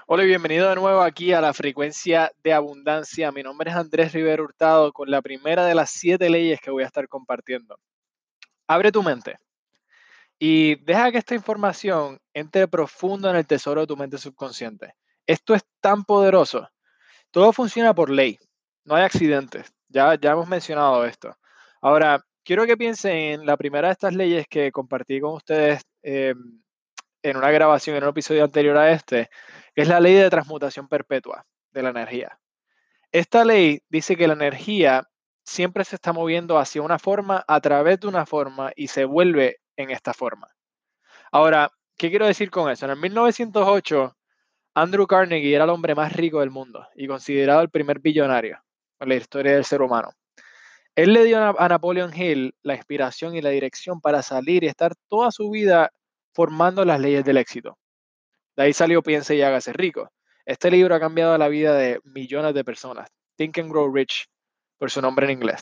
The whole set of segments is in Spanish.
Hola y bienvenido de nuevo aquí a la frecuencia de abundancia. Mi nombre es Andrés Rivera Hurtado con la primera de las 7 leyes que voy a estar compartiendo. Abre tu mente y deja que esta información entre profundo en el tesoro de tu mente subconsciente. Esto es tan poderoso. Todo funciona por ley. No hay accidentes. Ya hemos mencionado esto. Ahora, quiero que piensen en la primera de estas leyes que compartí con ustedes en una grabación, en un episodio anterior a este, que es la ley de transmutación perpetua de la energía. Esta ley dice que la energía siempre se está moviendo hacia una forma, a través de una forma y se vuelve en esta forma. Ahora, ¿qué quiero decir con eso? En el 1908, Andrew Carnegie era el hombre más rico del mundo y considerado el primer billonario en la historia del ser humano. Él le dio a Napoleon Hill la inspiración y la dirección para salir y estar toda su vida formando las leyes del éxito. De ahí salió Piense y hágase rico. Este libro ha cambiado la vida de millones de personas. Think and Grow Rich, por su nombre en inglés.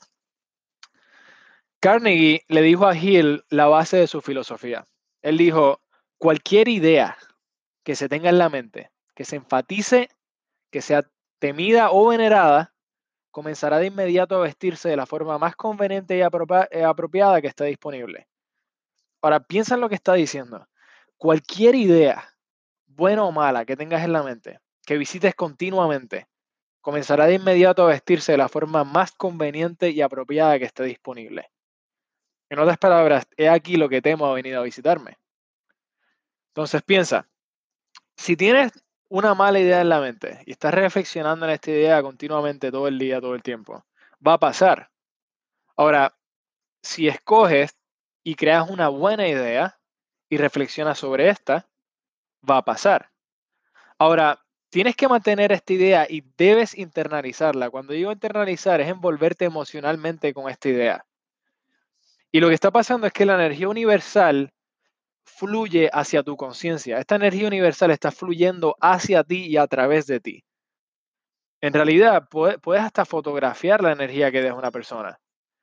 Carnegie le dijo a Hill la base de su filosofía. Él dijo, cualquier idea que se tenga en la mente, que se enfatice, que sea temida o venerada, comenzará de inmediato a vestirse de la forma más conveniente y apropiada que esté disponible. Ahora, piensa en lo que está diciendo. Cualquier idea, buena o mala, que tengas en la mente, que visites continuamente, comenzará de inmediato a vestirse de la forma más conveniente y apropiada que esté disponible. En otras palabras, he aquí lo que temo ha venido a visitarme. Entonces piensa, si tienes una mala idea en la mente y estás reflexionando en esta idea continuamente todo el día, todo el tiempo, va a pasar. Ahora, si escoges y creas una buena idea y reflexionas sobre esta, va a pasar. Ahora, tienes que mantener esta idea y debes internalizarla. Cuando digo internalizar es envolverte emocionalmente con esta idea. Y lo que está pasando es que la energía universal fluye hacia tu conciencia. Esta energía universal está fluyendo hacia ti y a través de ti. En realidad, puedes hasta fotografiar la energía que deja una persona.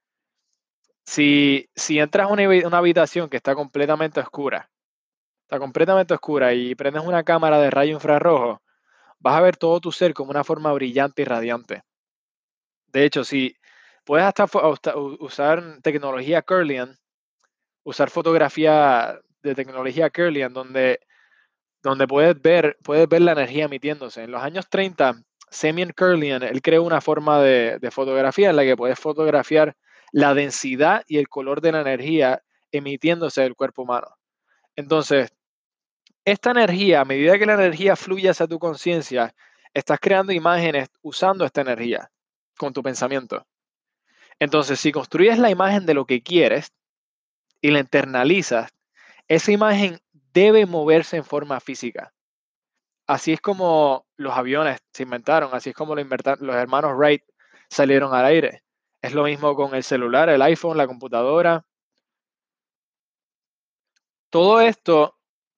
Si entras a una habitación que está completamente oscura y prendes una cámara de rayo infrarrojo, vas a ver todo tu ser como una forma brillante y radiante. De hecho, si puedes hasta usar tecnología Kirlian, usar fotografía de tecnología Kirlian, donde puedes ver la energía emitiéndose. En los años 30, Semyon Kirlian, él creó una forma de fotografía en la que puedes fotografiar la densidad y el color de la energía emitiéndose del cuerpo humano. Entonces, esta energía, a medida que la energía fluye hacia tu conciencia, estás creando imágenes usando esta energía con tu pensamiento. Entonces, si construyes la imagen de lo que quieres y la internalizas, esa imagen debe moverse en forma física. Así es como los aviones se inventaron, así es como los hermanos Wright salieron al aire. Es lo mismo con el celular, el iPhone, la computadora. Todo esto,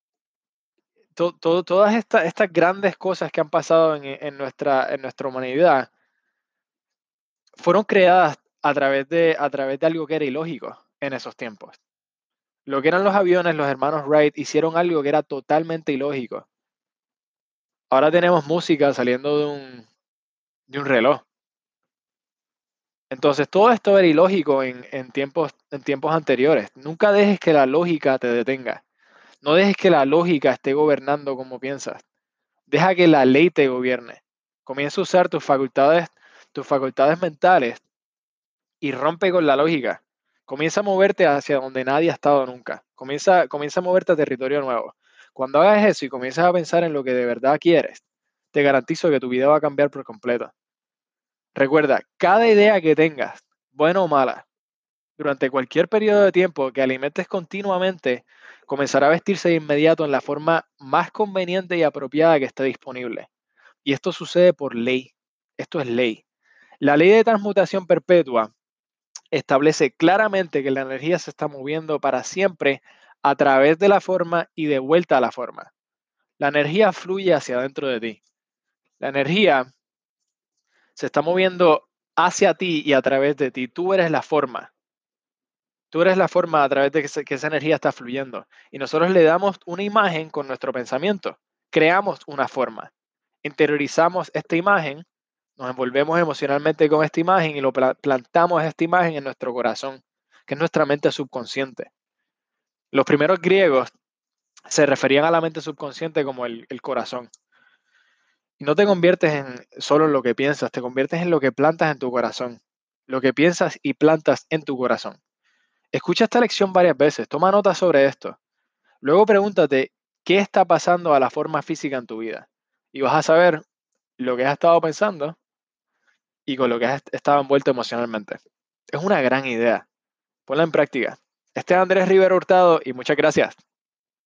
todas estas grandes cosas que han pasado en nuestra humanidad fueron creadas a través de algo que era ilógico en esos tiempos. Lo que eran los aviones, los hermanos Wright hicieron algo que era totalmente ilógico. Ahora tenemos música saliendo de un reloj. Entonces, todo esto era ilógico en tiempos anteriores. Nunca dejes que la lógica te detenga. No dejes que la lógica esté gobernando como piensas. Deja que la ley te gobierne. Comienza a usar tus facultades mentales y rompe con la lógica. Comienza a moverte hacia donde nadie ha estado nunca. Comienza a moverte a territorio nuevo. Cuando hagas eso y comienzas a pensar en lo que de verdad quieres, te garantizo que tu vida va a cambiar por completo. Recuerda, cada idea que tengas, buena o mala, durante cualquier periodo de tiempo que alimentes continuamente, comenzará a vestirse de inmediato en la forma más conveniente y apropiada que esté disponible. Y esto sucede por ley. Esto es ley. La ley de transmutación perpetua establece claramente que la energía se está moviendo para siempre a través de la forma y de vuelta a la forma. La energía fluye hacia adentro de ti. La energía se está moviendo hacia ti y a través de ti. Tú eres la forma. Tú eres la forma a través de que esa energía está fluyendo. Y nosotros le damos una imagen con nuestro pensamiento. Creamos una forma. interiorizamos esta imagen, nos envolvemos emocionalmente con esta imagen y lo plantamos esta imagen en nuestro corazón, que es nuestra mente subconsciente. Los primeros griegos se referían a la mente subconsciente como el corazón. Y no te conviertes solo en lo que piensas, te conviertes en lo que plantas en tu corazón. Lo que piensas y plantas en tu corazón. Escucha esta lección varias veces, toma nota sobre esto. Luego pregúntate qué está pasando a la forma física en tu vida. Y vas a saber lo que has estado pensando y con lo que has estado envuelto emocionalmente. Es una gran idea. Ponla en práctica. Este es Andrés Rivera Hurtado y muchas gracias.